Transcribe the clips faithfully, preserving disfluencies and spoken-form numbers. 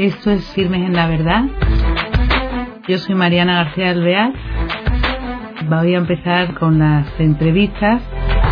Esto es Firmes en la Verdad. Yo soy Mariana García Alvear. Voy a empezar con las entrevistas.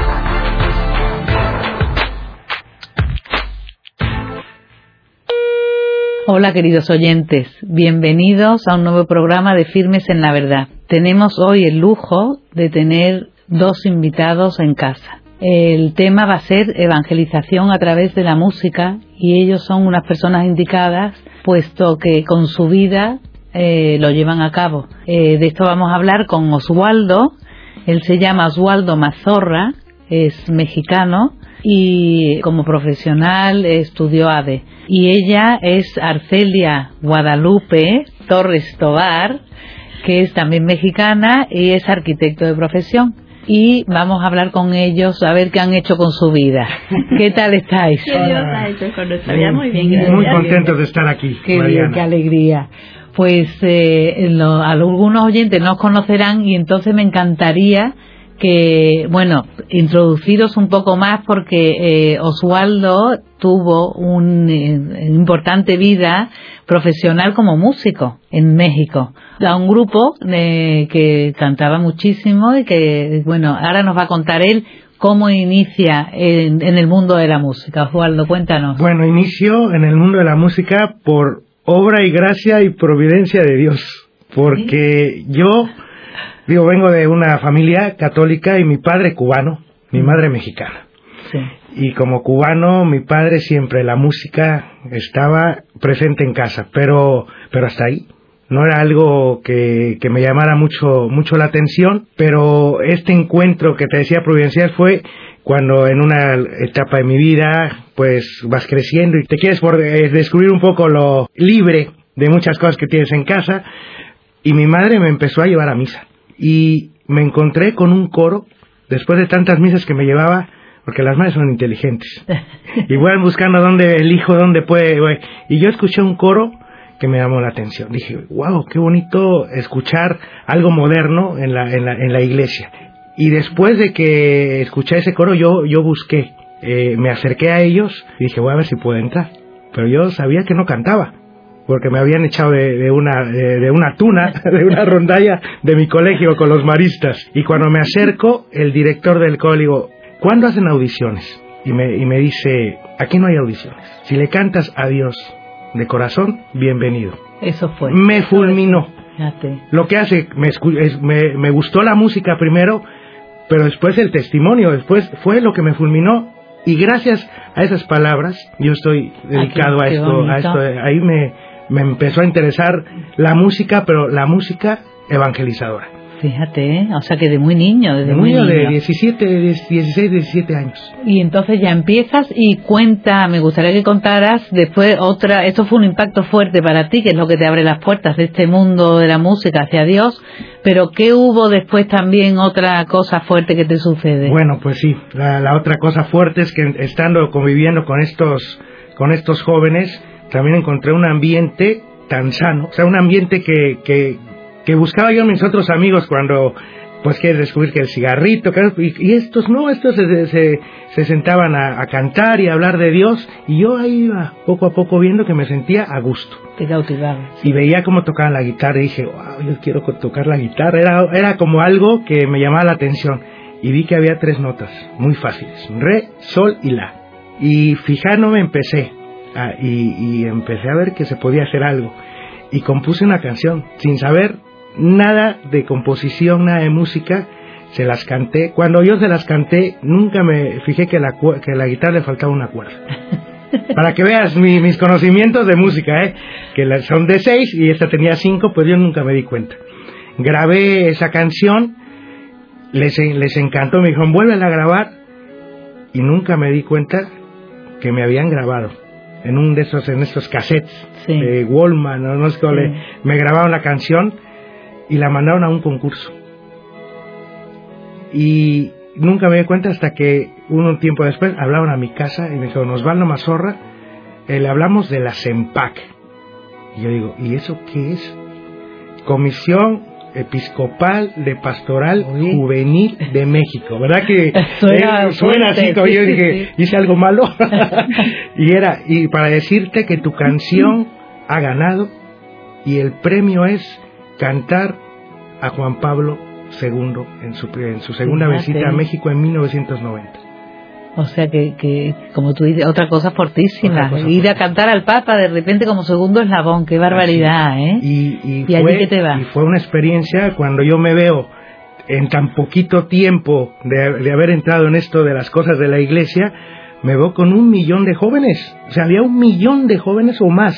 Hola queridos oyentes, bienvenidos a un nuevo programa de Firmes en la Verdad. Tenemos hoy el lujo de tener dos invitados en casa. El tema va a ser evangelización a través de la música y ellos son unas personas indicadas, puesto que con su vida eh, lo llevan a cabo. Eh, de esto vamos a hablar con Oswaldo. Él se llama Oswaldo Mazorra, es mexicano y como profesional estudió A D E. Y ella es Arcelia Guadalupe Torres Tobar, que es también mexicana y es arquitecto de profesión. Y vamos a hablar con ellos a ver qué han hecho con su vida. ¿Qué tal estáis? ¿Qué Dios ha hecho con nuestra vida? Muy bien, gracias. Muy contentos de estar aquí, Qué Mariana. bien, qué alegría. Pues eh, lo, algunos oyentes nos conocerán y entonces me encantaría que, bueno, introduciros un poco más porque eh, Oswaldo tuvo una eh, importante vida profesional como músico en México. A un grupo eh, que cantaba muchísimo y que, bueno, ahora nos va a contar él cómo inicia en, en el mundo de la música. Oswaldo, cuéntanos. Bueno, inicio en el mundo de la música por obra y gracia y providencia de Dios, porque ¿sí? yo... Digo, vengo de una familia católica y mi padre cubano, mi madre mexicana. Sí. Y como cubano, mi padre siempre, la música estaba presente en casa, pero pero hasta ahí. No era algo que, que me llamara mucho mucho la atención, pero este encuentro que te decía providencial fue cuando en una etapa de mi vida, pues vas creciendo y te quieres por, eh, descubrir un poco lo libre de muchas cosas que tienes en casa, y mi madre me empezó a llevar a misa. Y me encontré con un coro, después de tantas misas que me llevaba, porque las madres son inteligentes, y van buscando dónde el hijo, dónde puede, y yo escuché un coro que me llamó la atención. Dije, wow, qué bonito escuchar algo moderno en la, en la, en la iglesia. Y después de que escuché ese coro, yo, yo busqué, eh, me acerqué a ellos, y dije, voy a ver si puedo entrar. Pero yo sabía que no cantaba, porque me habían echado de, de una de, de una tuna, de una rondalla de mi colegio con los maristas. Y cuando me acerco, el director del coro le digo, ¿cuándo hacen audiciones? Y me, y me dice, aquí no hay audiciones. Si le cantas a Dios de corazón, bienvenido. Eso fue. Me fulminó. Fíjate. Lo que hace, me, es, me, me gustó la música primero, pero después el testimonio, después fue lo que me fulminó. Y gracias a esas palabras, yo estoy dedicado Ay, qué, a esto, a esto. Ahí me... me empezó a interesar la música, pero la música evangelizadora. Fíjate, ¿eh? O sea que de muy niño, desde de muy niño. niño. De diecisiete, dieciséis, diecisiete años. Y entonces ya empiezas y cuenta, me gustaría que contaras después otra, esto fue un impacto fuerte para ti, que es lo que te abre las puertas de este mundo de la música hacia Dios, pero ¿qué hubo después también otra cosa fuerte que te sucede? Bueno, pues sí, la, la otra cosa fuerte es que estando conviviendo con estos, con estos jóvenes, también encontré un ambiente tan sano, o sea, un ambiente que, que, que buscaba yo en mis otros amigos cuando, pues, quieres descubrir que el cigarrito, que, y, y estos no, estos se, se, se sentaban a, a cantar y a hablar de Dios, y yo ahí iba poco a poco viendo que me sentía a gusto. Te cautivaba. Y veía cómo tocaban la guitarra y dije, wow, yo quiero tocar la guitarra, era, era como algo que me llamaba la atención, y vi que había tres notas muy fáciles, re, sol y la, y fijándome empecé. Ah, y, y empecé a ver que se podía hacer algo y compuse una canción sin saber nada de composición, nada de música. Se las canté. Cuando yo se las canté, nunca me fijé que la, que la guitarra le faltaba una cuerda. Para que veas mi, mis conocimientos de música, ¿eh? Que la, son de seis y esta tenía cinco, pues yo nunca me di cuenta. Grabé esa canción, les, les encantó, me dijeron, vuélvela a grabar, y nunca me di cuenta que me habían grabado en un de esos, en estos cassettes, sí, de Wallman, no, no sé cómo, sí, me grabaron la canción y la mandaron a un concurso. Y nunca me di cuenta hasta que un tiempo después hablaron a mi casa y me dijeron, Oswaldo Mazorra, eh, le hablamos de la CEMPAC. Y yo digo, ¿y eso qué es? Comisión Episcopal de Pastoral Uy. Juvenil de México, ¿verdad que suena, eh, suena así? Como sí, yo dije, sí, hice algo malo. y era y para decirte que tu canción ha ganado y el premio es cantar a Juan Pablo segundo en su, en su segunda Fíjate. visita a México en mil novecientos noventa. O sea que, que, como tú dices, otra cosa fortísima, Otra cosa ir fortísima. a cantar al Papa de repente como segundo eslabón, qué barbaridad, Así. ¿eh? Y, y, ¿Y fue, allí qué te va? y fue una experiencia cuando yo me veo en tan poquito tiempo de, de haber entrado en esto de las cosas de la iglesia, me veo con un millón de jóvenes, o sea, había un millón de jóvenes o más,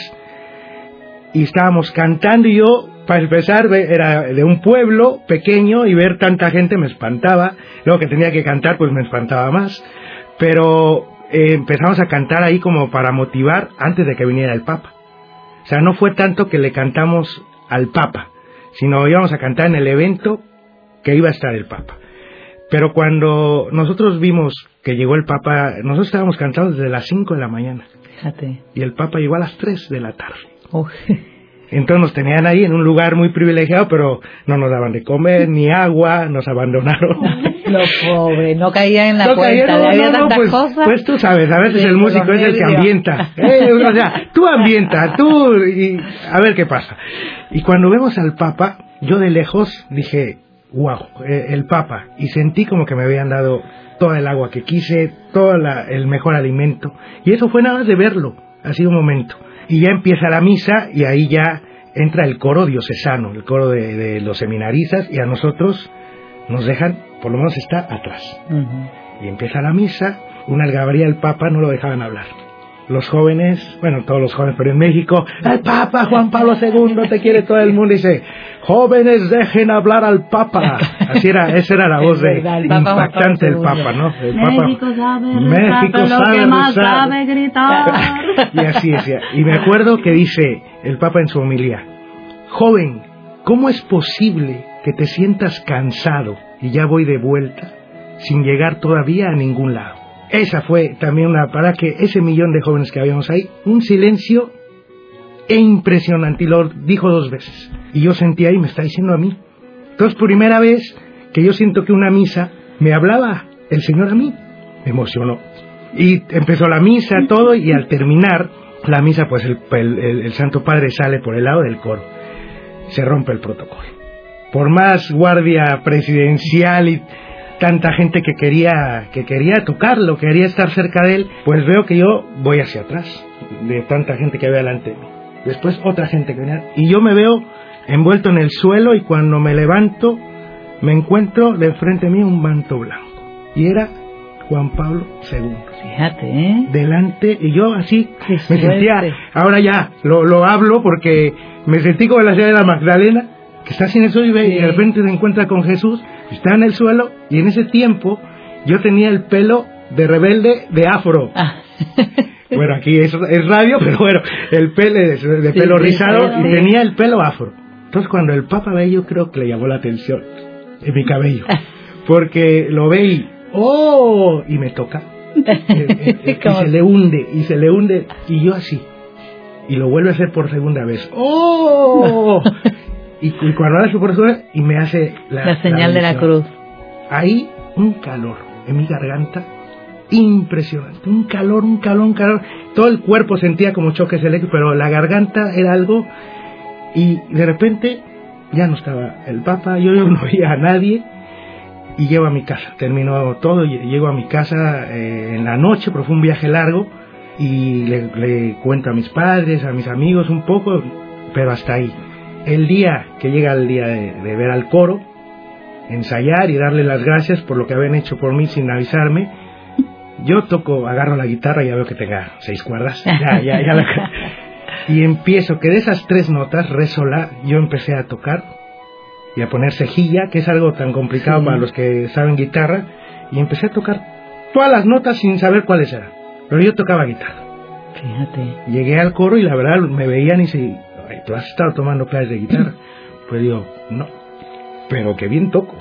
y estábamos cantando y yo, para empezar, era de un pueblo pequeño y ver tanta gente me espantaba, luego que tenía que cantar pues me espantaba más, pero eh, empezamos a cantar ahí como para motivar antes de que viniera el Papa. O sea, no fue tanto que le cantamos al Papa, sino íbamos a cantar en el evento que iba a estar el Papa. Pero cuando nosotros vimos que llegó el Papa, nosotros estábamos cantando desde las cinco de la mañana. Fíjate. Y el Papa llegó a las tres de la tarde. Uf. Entonces nos tenían ahí en un lugar muy privilegiado, pero no nos daban de comer ni agua, nos abandonaron. Los pobres, no caían en la No cuenta, cayeron, había no, no, tantas pues, cosas. pues tú sabes, a veces Sí, el por músico los es el que nervios. ambienta. Eh, o sea, tú ambienta, tú, y a ver qué pasa. Y cuando vemos al Papa, yo de lejos dije, wow, eh, el Papa, y sentí como que me habían dado toda el agua que quise, todo la, el mejor alimento, y eso fue nada más de verlo, así un momento. Y ya empieza la misa, y ahí ya entra el coro diocesano, el coro de, de los seminaristas, y a nosotros nos dejan, por lo menos está atrás. Uh-huh. Y empieza la misa, una algarabía del Papa, no lo dejaban hablar. Los jóvenes, bueno, todos los jóvenes, pero en México, el Papa Juan Pablo segundo te quiere todo el mundo, y dice, jóvenes dejen hablar al Papa. Así era, esa era la voz de verdad, el Papa impactante del Juan Pablo Papa, ¿no? El Papa, México sabe México rezar, sabe lo que más rezar. sabe gritar. Y así decía. Y me acuerdo que dice el Papa en su homilía, joven, ¿cómo es posible que te sientas cansado y ya voy de vuelta sin llegar todavía a ningún lado? Esa fue también una, para que ese millón de jóvenes que habíamos ahí, un silencio impresionante, y lo dijo dos veces. Y yo sentí ahí, me está diciendo a mí. Entonces, primera vez que yo siento que una misa me hablaba el Señor a mí, me emocionó. Y empezó la misa, todo, y al terminar la misa, pues el, el, el, el Santo Padre sale por el lado del coro. Se rompe el protocolo. Por más guardia presidencial y tanta gente que quería que quería tocarlo, quería estar cerca de él, pues veo que yo voy hacia atrás de tanta gente que había delante de mí. Después otra gente que venía, y yo me veo envuelto en el suelo, y cuando me levanto me encuentro de frente a mí un manto blanco, y era Juan Pablo segundo. Fíjate, ¿eh? Delante, y yo así Qué me suerte. sentía, ahora ya lo, lo hablo porque me sentí como en la ciudad de la Magdalena, que está así en el suelo y, ve, Sí. y de repente se encuentra con Jesús, está en el suelo, y en ese tiempo yo tenía el pelo de rebelde de afro. Ah. Bueno, aquí es, es radio, pero bueno, el pelo de, de Sí, pelo sí, rizado, sí. y tenía el pelo afro. Entonces cuando el Papa ve, yo creo que le llamó la atención en mi cabello, porque lo ve y ¡oh! Y me toca. Y, y- y se le hunde, y se le hunde, y yo así. Y lo vuelve a hacer por segunda vez. ¡Oh! Y, y cuando hace por segunda vez, y me hace la, La señal de la bendición. cruz. Ahí un calor en mi garganta impresionante, un calor, un calor, un calor. Todo el cuerpo sentía como choques eléctricos, pero la garganta era algo. Y de repente ya no estaba el Papa, yo, yo no veía a nadie, y llego a mi casa. Terminó todo, y llego a mi casa eh, en la noche, porque fue un viaje largo, y le, le cuento a mis padres, a mis amigos un poco, pero hasta ahí. El día que llega el día de, de ver al coro, ensayar y darle las gracias por lo que habían hecho por mí sin avisarme, yo toco, agarro la guitarra y ya veo que tenga seis cuerdas, ya, ya, ya la... y empiezo, que de esas tres notas, re, sol, la, yo empecé a tocar y a poner cejilla, que es algo tan complicado sí. para los que saben guitarra, y empecé a tocar todas las notas sin saber cuáles eran, pero yo tocaba guitarra. Fíjate. Llegué al coro y la verdad me veían y se, ¿tú has estado tomando clases de guitarra? Pues digo, no, pero que bien toco.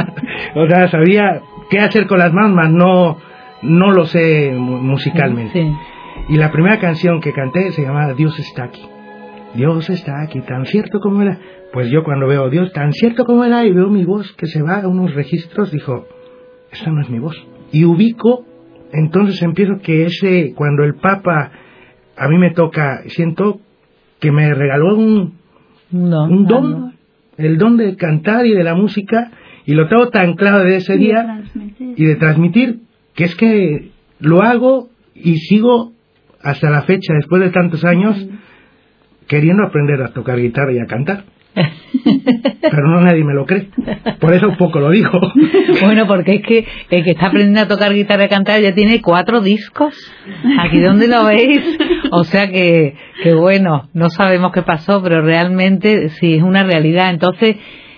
O sea, sabía qué hacer con las manos, mas no, no lo sé musicalmente. Sí. Y la primera canción que canté se llamaba Dios está aquí. Dios está aquí, tan cierto como era. Pues yo cuando veo Dios tan cierto como era y veo mi voz que se va a unos registros, dijo, esta no es mi voz. Y ubico, entonces empiezo que ese, cuando el Papa a mí me toca, siento que me regaló un, no, un don, no. el don de cantar y de la música, y lo tengo tan claro de ese y día de y de transmitir, que es que lo hago y sigo hasta la fecha, después de tantos años, sí, queriendo aprender a tocar guitarra y a cantar. Pero no, nadie me lo cree, por eso poco lo digo. Bueno, porque es que el que está aprendiendo a tocar guitarra y a cantar ya tiene cuatro discos, aquí donde lo veis, o sea que, que bueno, no sabemos qué pasó, pero realmente sí es una realidad. Entonces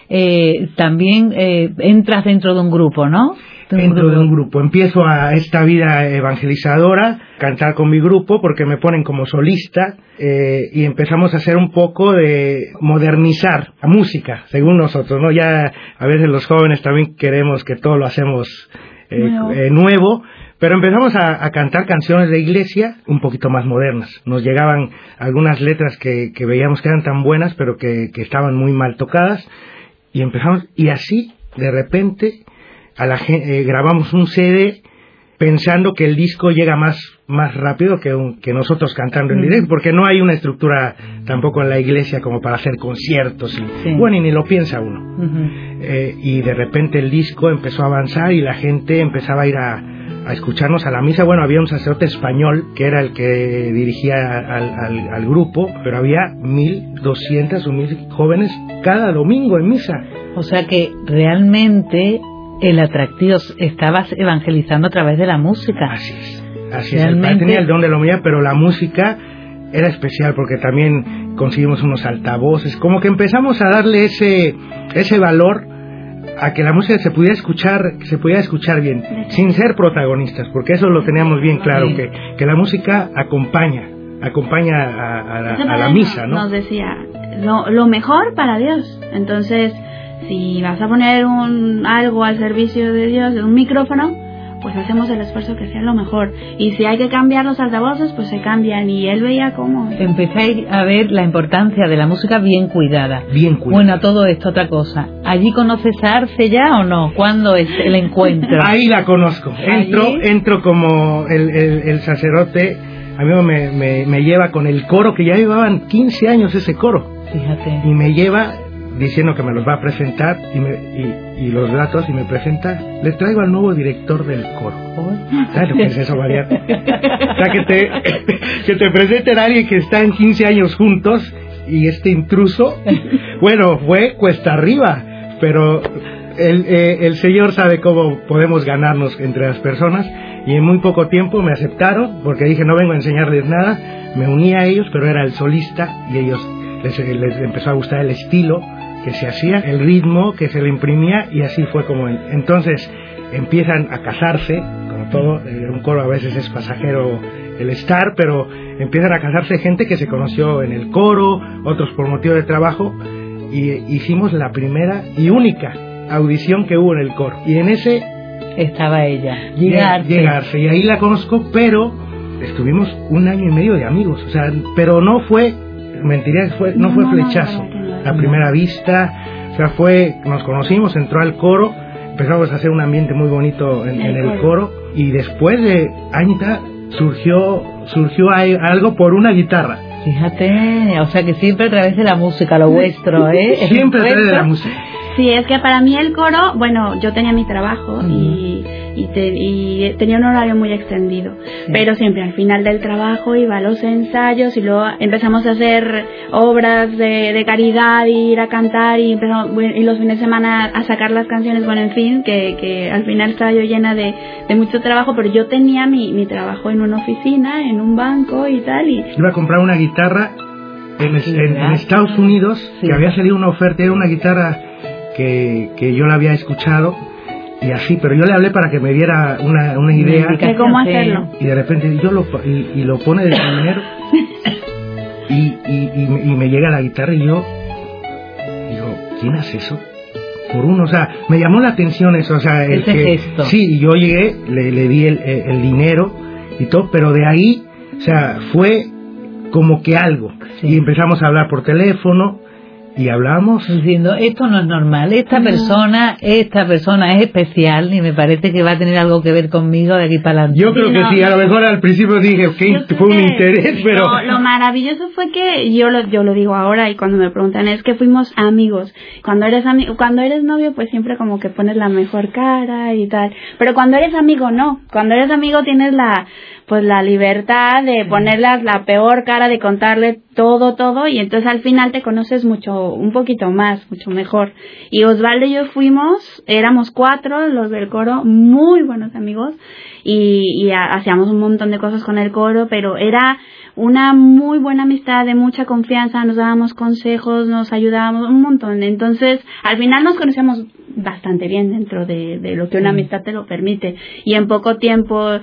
eh, también eh, entras dentro de un grupo, ¿no? Dentro de un grupo, empiezo a esta vida evangelizadora, cantar con mi grupo porque me ponen como solista, eh, y empezamos a hacer un poco de modernizar la música, según nosotros, ¿no? Ya a veces los jóvenes también queremos que todo lo hacemos eh, nuevo. Eh, nuevo, pero empezamos a, a cantar canciones de iglesia un poquito más modernas. Nos llegaban algunas letras que, que veíamos que eran tan buenas, pero que, que estaban muy mal tocadas, y empezamos, y así, de repente, a la eh, grabamos un C D pensando que el disco llega más más rápido que un, que nosotros cantando en mm. directo, porque no hay una estructura tampoco en la iglesia como para hacer conciertos y, sí. bueno, y ni lo piensa uno. Uh-huh. eh, y de repente el disco empezó a avanzar y la gente empezaba a ir a, a escucharnos a la misa. Bueno, había un sacerdote español que era el que dirigía al, al, al grupo, pero había mil doscientos o mil jóvenes cada domingo en misa. O sea que realmente el atractivo, estabas evangelizando a través de la música. Así es, así es. El padre tenía el don de la humildad, pero la música era especial porque también conseguimos unos altavoces, como que empezamos a darle ese ese valor a que la música se pudiera escuchar, se pudiera escuchar bien, sin ser protagonistas, porque eso lo teníamos bien claro, sí. que, que la música acompaña, acompaña a, a, la, a la misa, ¿no? Nos decía, lo, lo mejor para Dios, entonces si vas a poner un algo al servicio de Dios, un micrófono, pues hacemos el esfuerzo que sea lo mejor. Y si hay que cambiar los altavoces, pues se cambian. Y él veía cómo. Empecé a ver la importancia de la música bien cuidada. Bien cuidada. Bueno, todo esto, otra cosa. ¿Allí conoces a Arce ya o no? ¿Cuándo es el encuentro? Ahí la conozco. Entro, entro como el, el, el sacerdote. A mí me, me, me lleva con el coro, que ya llevaban quince años ese coro. Fíjate. Y me lleva diciendo que me los va a presentar y, me, y, y los datos y me presenta, le traigo al nuevo director del coro. ¿Sabes lo que es eso, María? O sea, que te, que te presenten a alguien que está en quince años juntos y este intruso, bueno, fue cuesta arriba, pero el, eh, el Señor sabe cómo podemos ganarnos entre las personas, y en muy poco tiempo me aceptaron porque dije no vengo a enseñarles nada, me uní a ellos, pero era el solista y ellos les, les empezó a gustar el estilo que se hacía, el ritmo que se le imprimía, y así fue como entonces empiezan a casarse, como todo, un coro a veces es pasajero el estar, pero empiezan a casarse gente que se conoció en el coro, otros por motivo de trabajo, y hicimos la primera y única audición que hubo en el coro, y en ese estaba ella, llegarse, llegarse y ahí la conozco, pero estuvimos un año y medio de amigos, o sea, pero no fue, mentiría, fue, no, no fue flechazo, la primera vista, o sea, fue, nos conocimos, entró al coro, empezamos a hacer un ambiente muy bonito en, en el coro, y después de añita surgió, surgió algo por una guitarra. Fíjate, o sea que siempre a través de la música, lo vuestro, ¿eh? Siempre a través de la música. Sí, es que para mí el coro, bueno, yo tenía mi trabajo uh-huh. y, y, te, y tenía un horario muy extendido, sí. pero siempre al final del trabajo iba a los ensayos y luego empezamos a hacer obras de, de caridad, y ir a cantar y, empezamos, y los fines de semana a sacar las canciones, bueno, en fin, que, que al final estaba yo llena de, de mucho trabajo, pero yo tenía mi, mi trabajo en una oficina, en un banco y tal. Y iba a comprar una guitarra en, en, en Estados Unidos, sí. que había salido una oferta, era una guitarra Que, que yo la había escuchado y así, pero yo le hablé para que me diera una, una idea de cómo hacerlo, y de repente yo lo y, y lo pone de dinero y, y, y, y me llega la guitarra y yo digo, ¿quién hace eso? Por uno, o sea, me llamó la atención eso, o sea, el ese que, gesto. Sí, yo llegué, le, le di el, el dinero y todo, pero de ahí, o sea, fue como que algo, sí. y empezamos a hablar por teléfono. y hablamos diciendo, esto no es normal, esta no. persona esta persona es especial y me parece que va a tener algo que ver conmigo de aquí para adelante. Yo creo sí, que no. sí, a lo mejor al principio dije, ok, fue un interés, pero... No, lo maravilloso fue que, yo lo, yo lo digo ahora y cuando me preguntan, es que fuimos amigos. Cuando eres ami- cuando eres novio, pues siempre como que pones la mejor cara y tal, pero cuando eres amigo, no. Cuando eres amigo tienes la... pues la libertad de ponerle la peor cara, de contarle todo, todo, y entonces al final te conoces mucho, un poquito más, mucho mejor. Y Osvaldo y yo fuimos, éramos cuatro, los del coro, muy buenos amigos, y, y hacíamos un montón de cosas con el coro, pero era una muy buena amistad, de mucha confianza, nos dábamos consejos, nos ayudábamos un montón. Entonces, al final nos conocíamos bastante bien dentro de, de lo que una amistad te lo permite. Y en poco tiempo,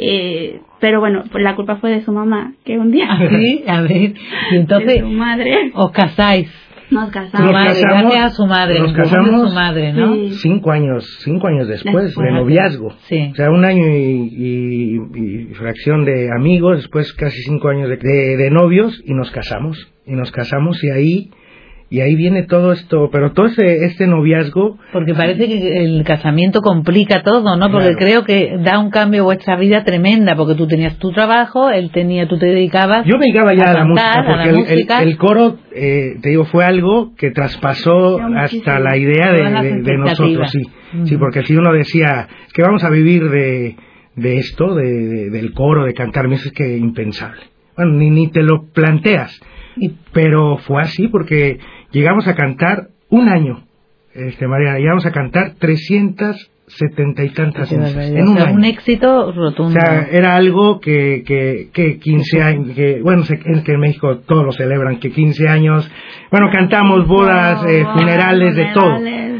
eh, pero bueno, pues la culpa fue de su mamá, que un día... Así, a ver, y entonces de su madre. os casáis. Nos casamos. Nos madre, casamos, gracias a su madre, nos empujón de casamos su madre, ¿no? Sí. cinco años, cinco años después, Después. de noviazgo. Sí. O sea, un año y, y, y fracción de amigos, después casi cinco años de, de, de novios, y nos casamos. Y nos casamos y ahí... Y ahí viene todo esto, pero todo ese, este noviazgo... Porque parece que el casamiento complica todo, ¿no? Porque Claro. creo que da un cambio a vuestra vida tremenda, porque tú tenías tu trabajo, él tenía, tú te dedicabas... Yo me dedicaba ya a, a la música, cantar, a porque la el, música. el, el coro, eh, te digo, fue algo que traspasó Muchísimo. hasta la idea de, Todas las de, de expectativas. nosotros, sí. Mm. Sí, porque si uno decía que vamos a vivir de, de esto, de, de- del coro, de cantar, es que impensable. Bueno, ni, ni te lo planteas. Y Pero fue así porque llegamos a cantar un año, este Mariana, llegamos a cantar trescientas setenta y tantas qué misas barbaridad. en O un sea, año. un éxito O rotundo. sea, era algo que, que, que quince años, que, bueno, sé que en México todos lo celebran, que quince años, bueno, cantamos bodas, eh, funerales, de todo.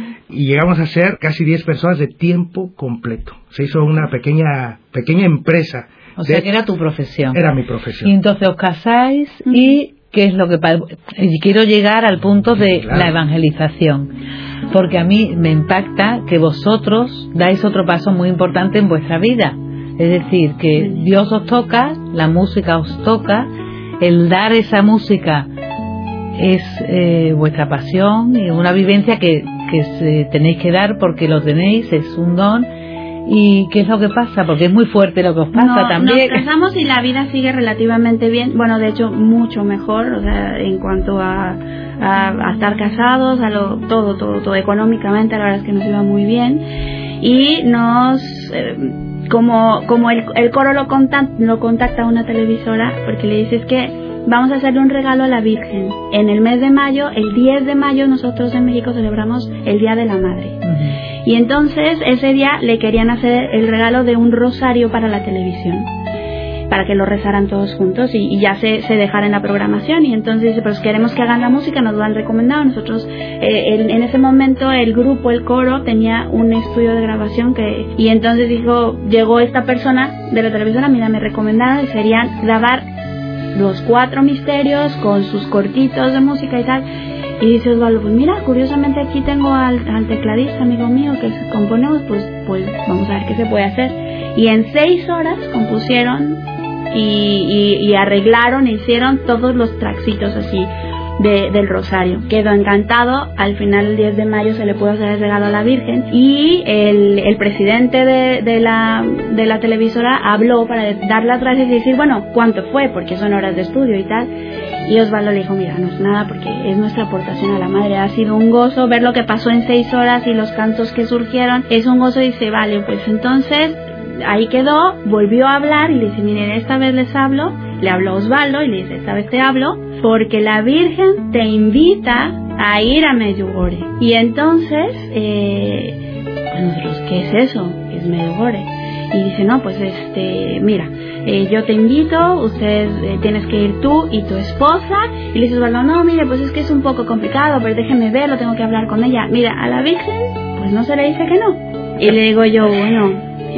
Y llegamos a ser casi diez personas de tiempo completo. Se hizo una pequeña, pequeña empresa. O sea, de- que era tu profesión. Era mi Y profesión. entonces os casáis y ¿qué es lo que pa- y quiero llegar al punto de Claro. la evangelización? Porque a mí me impacta que vosotros dais otro paso muy importante en vuestra vida. Es decir, que Dios os toca, la música os toca, el dar esa música es eh, vuestra pasión y una vivencia que, que se, tenéis que dar porque lo tenéis, es un don. ¿Y qué es lo que pasa? Porque es muy fuerte lo que os pasa No, también. Nos casamos y la vida sigue relativamente bien. Bueno, de hecho, mucho mejor, o sea, en cuanto a, a, a estar casados, a lo todo, todo, todo. Económicamente, la verdad es que nos iba muy bien. Y nos... Eh, como como el, el coro lo contacta, lo contacta una televisora, porque le dices que vamos a hacerle un regalo a la Virgen. En el mes de mayo, el diez de mayo, nosotros en México celebramos el Día de la Madre. Ujú. Y entonces ese día le querían hacer el regalo de un rosario para la televisión, para que lo rezaran todos juntos y, y ya se, se dejara en la programación. Y entonces dice, pues queremos que hagan la música, nos lo han recomendado. Nosotros, eh, el, en ese momento el grupo, el coro, tenía un estudio de grabación que y entonces dijo, llegó esta persona de la televisora, mira, me recomendaron y serían grabar los cuatro misterios con sus cortitos de música y tal. Y dice Osvaldo, pues mira, curiosamente aquí tengo al, al tecladista, amigo mío, que componemos, pues, pues vamos a ver qué se puede hacer. Y en seis horas compusieron y, y, y arreglaron e hicieron todos los tracksitos así de, del rosario. Quedó encantado. Al final, el diez de mayo, se le pudo hacer el regalo a la Virgen. Y el, el presidente de, de, la, de la televisora habló para dar las gracias y decir, bueno, ¿cuánto fue? Porque son horas de estudio y tal. Y Osvaldo le dijo, mira, no es nada porque es nuestra aportación a la madre. Ha sido un gozo ver lo que pasó en seis horas y los cantos que surgieron. Es un gozo. Y dice, vale, pues entonces ahí quedó. Volvió a hablar y le dice, miren, esta vez les hablo. Le habló Osvaldo y le dice, esta vez te hablo porque la Virgen te invita a ir a Medjugorje. Y entonces, eh, pues nosotros, ¿qué es eso? ¿Qué es Medjugorje? Y dice, no, pues este, mira, eh, yo te invito, ustedes eh, tienes que ir tú y tu esposa. Y le dice Osvaldo, no, mire, pues es que es un poco complicado, pero déjeme verlo, tengo que hablar con ella. Mira, a la Virgen, pues no se le dice que no. Y le digo yo, bueno,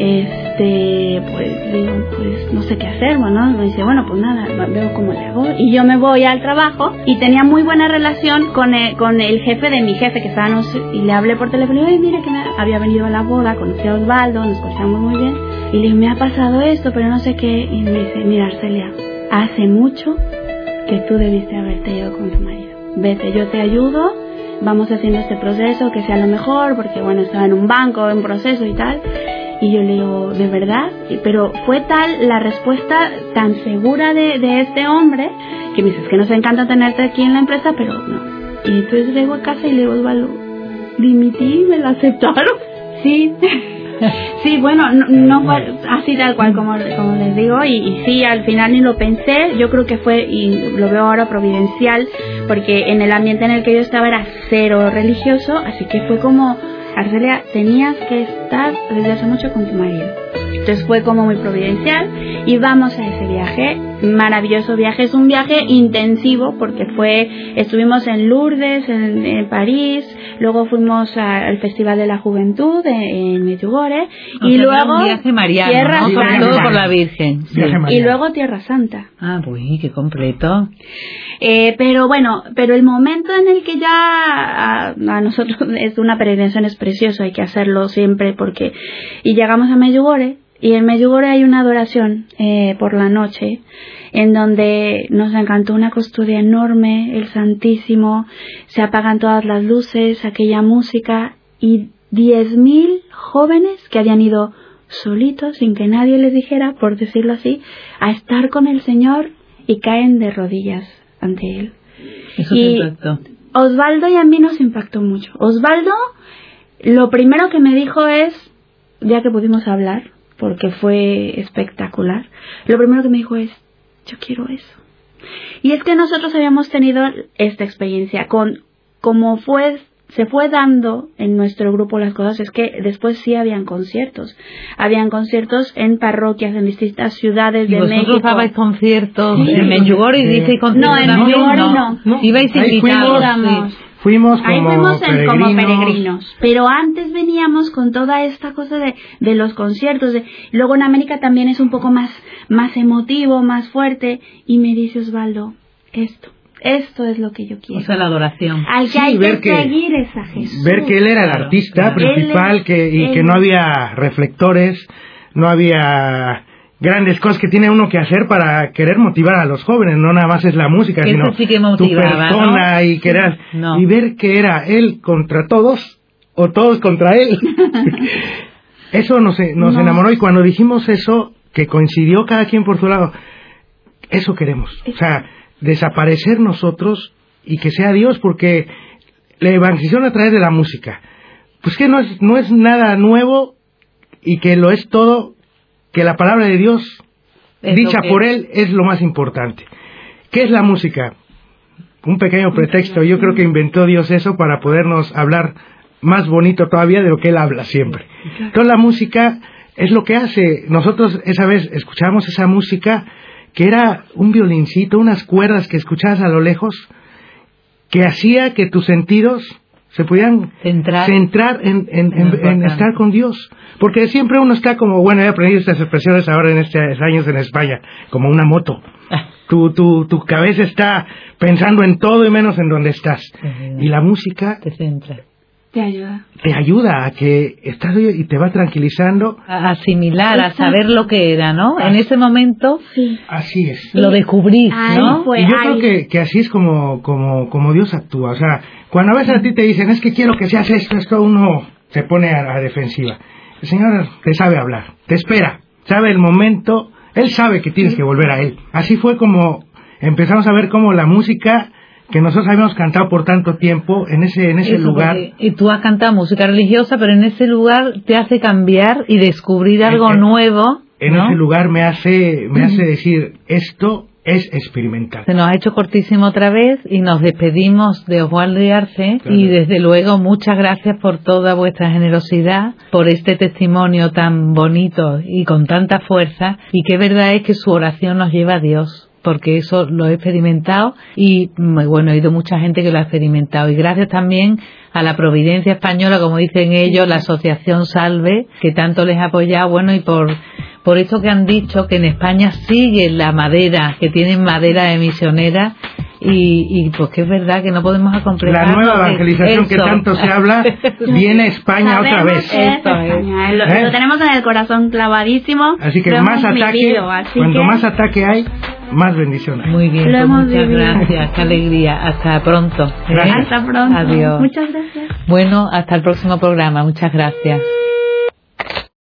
este, pues, digo, pues no sé qué hacer, bueno, me dice, bueno, pues nada, veo cómo le hago. Y yo me voy al trabajo y tenía muy buena relación con el, con el jefe de mi jefe que estaba, no sé, y le hablé por teléfono y, oye, mire que me había venido a la boda, conocí a Osvaldo, nos conocíamos muy bien. Y le dije, me ha pasado esto, pero no sé qué. Y me dice, mira, Arcelia, hace mucho que tú debiste haberte ido con tu marido. vete, yo te ayudo, vamos haciendo este proceso que sea lo mejor, porque bueno, estaba en un banco, en proceso y tal. Y yo le digo, ¿de verdad? Pero fue tal la respuesta tan segura de, de este hombre que me dice, es que nos encanta tenerte aquí en la empresa, pero no. Y entonces llego a casa y le digo, Osvaldo, dimití, me lo aceptaron. Sí. Sí, bueno, no, no fue así tal cual como, como les digo, y, y sí, al final ni lo pensé. Yo creo que fue, y lo veo ahora, providencial, porque en el ambiente en el que yo estaba era cero religioso, así que fue como, Arcelia, tenías que estar desde hace mucho con tu marido. Entonces fue como muy providencial y vamos a ese viaje, maravilloso viaje. Es un viaje intensivo porque fue, estuvimos en Lourdes, en, en París, luego fuimos a, al Festival de la Juventud en, en Medjugorje, o y sea, luego un viaje mariano, Tierra ¿no? Sobre Santa. todo por la Virgen. Sí. Y luego Tierra Santa. Ah, pues qué completo. Eh, pero bueno, pero el momento en el que ya a, a nosotros es una peregrinación, es precioso, hay que hacerlo siempre porque, y llegamos a Medjugorje, y en Medjugorje hay una adoración eh, por la noche en donde nos encantó, una custodia enorme, el Santísimo, se apagan todas las luces, aquella música, y diez mil jóvenes que habían ido solitos, sin que nadie les dijera, por decirlo así, a estar con el Señor, y caen de rodillas ante Él. Eso y te impactó. Osvaldo y a mí nos impactó mucho. Osvaldo, lo primero que me dijo es, ya que pudimos hablar, porque fue espectacular, lo primero que me dijo es, yo quiero eso. Y es que nosotros habíamos tenido esta experiencia con, como fue, se fue dando en nuestro grupo las cosas, es que después sí habían conciertos, habían conciertos en parroquias, en distintas ciudades de México. ¿Y vosotros dabais conciertos sí. en Medjugorje y disteis conciertos? No, en Medjugorje no. no. Ibais invitados. Fuimos, fuimos como Ahí fuimos en, peregrinos. como peregrinos, pero antes veníamos con toda esta cosa de, de los conciertos, de, luego en América también es un poco más, más emotivo, más fuerte, y me dice Osvaldo, esto, esto es lo que yo quiero. O sea, la adoración. Al que Sí, hay ver que, que seguir es a Jesús. Ver que él era el Claro, artista claro. principal, Él, que, y él. que no había reflectores, no había grandes cosas que tiene uno que hacer para querer motivar a los jóvenes, no nada más es la música, Eso sino sí que tu motivaba, persona, ¿no? y querer, No. y ver que era él contra todos o todos contra él. Eso nos, nos No. enamoró, y cuando dijimos eso, que coincidió cada quien por su lado, eso queremos, o sea, desaparecer nosotros y que sea Dios, porque la evangelización a través de la música, pues que no es, no es nada nuevo, y que lo es todo, que la palabra de Dios, Es dicha que... por Él, es lo más importante. ¿Qué es la música? Un pequeño pretexto. Yo creo que inventó Dios eso para podernos hablar más bonito todavía de lo que Él habla siempre. Entonces la música es lo que hace. Nosotros esa vez escuchamos esa música que era un violincito, unas cuerdas que escuchabas a lo lejos, que hacía que tus sentidos se pudieran Centrar, centrar en, en, en, en estar con Dios. Porque siempre uno está como, bueno, he aprendido estas expresiones ahora en estos años en España, como una moto. Tu, tu, tu cabeza está pensando en todo y menos en donde estás. Y la música te centra. Te ayuda. Te ayuda a que estás y te va tranquilizando. A asimilar, Exacto. a saber lo que era, ¿no? En ese momento Sí. Así es. lo descubrís, Ahí ¿no? fue, Y yo ahí. creo que, que así es como, como, como Dios actúa. O sea, cuando a veces a ti te dicen, es que quiero que seas esto, esto, uno se pone a, a defensiva. El Señor te sabe hablar, te espera, sabe el momento, Él sabe que tienes que volver a Él. Así fue como empezamos a ver cómo la música que nosotros habíamos cantado por tanto tiempo en ese en ese Eso, lugar. porque, y tú has cantado música religiosa, pero en ese lugar te hace cambiar y descubrir algo en, nuevo. En ¿no? ese lugar me hace me hace decir, esto es experimental. Se nos ha hecho cortísimo otra vez y nos despedimos de Osvaldo y Arce, Claro. y desde luego muchas gracias por toda vuestra generosidad, por este testimonio tan bonito y con tanta fuerza, y que verdad es que su oración nos lleva a Dios, porque eso lo he experimentado y bueno, he oído mucha gente que lo ha experimentado, y gracias también a la Providencia Española, como dicen ellos, la Asociación Salve, que tanto les ha apoyado, bueno, y por por esto que han dicho, que en España sigue la madera, que tienen madera de misionera, y, y pues que es verdad que no podemos acompletar. La nueva evangelización que tanto se habla viene a España Sabemos otra vez. que es Esto es. España, Lo, ¿Eh? lo tenemos en el corazón clavadísimo. Así que lo más hemos ataque, vivido, así cuanto que- más ataque hay, más bendiciones. Muy bien, pues muchas gracias, qué alegría. Hasta pronto. ¿eh? Hasta pronto. Adiós. Muchas gracias. Bueno, hasta el próximo programa. Muchas gracias.